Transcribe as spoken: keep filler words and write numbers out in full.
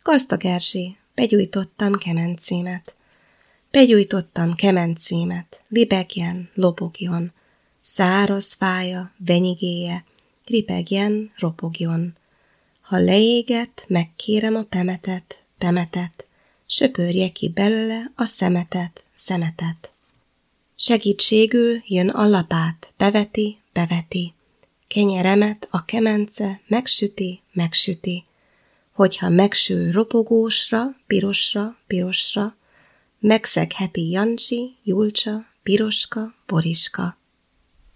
Gazdag Erzsé, begyújtottam kemencémet. Begyújtottam kemencémet, libegjen, lobogjon, száraz fája, venyigéje, ripegjen, ropogjon. Ha leégett, megkérem a pemetet, pemetet, söpörje ki belőle a szemetet, szemetet. Segítségül jön a lapát, beveti, beveti, kenyeremet a kemence megsüti, megsüti. Hogyha megsül ropogósra, pirosra, pirosra, megszegheti Jancsi, Julcsa, Piroska, Boriska.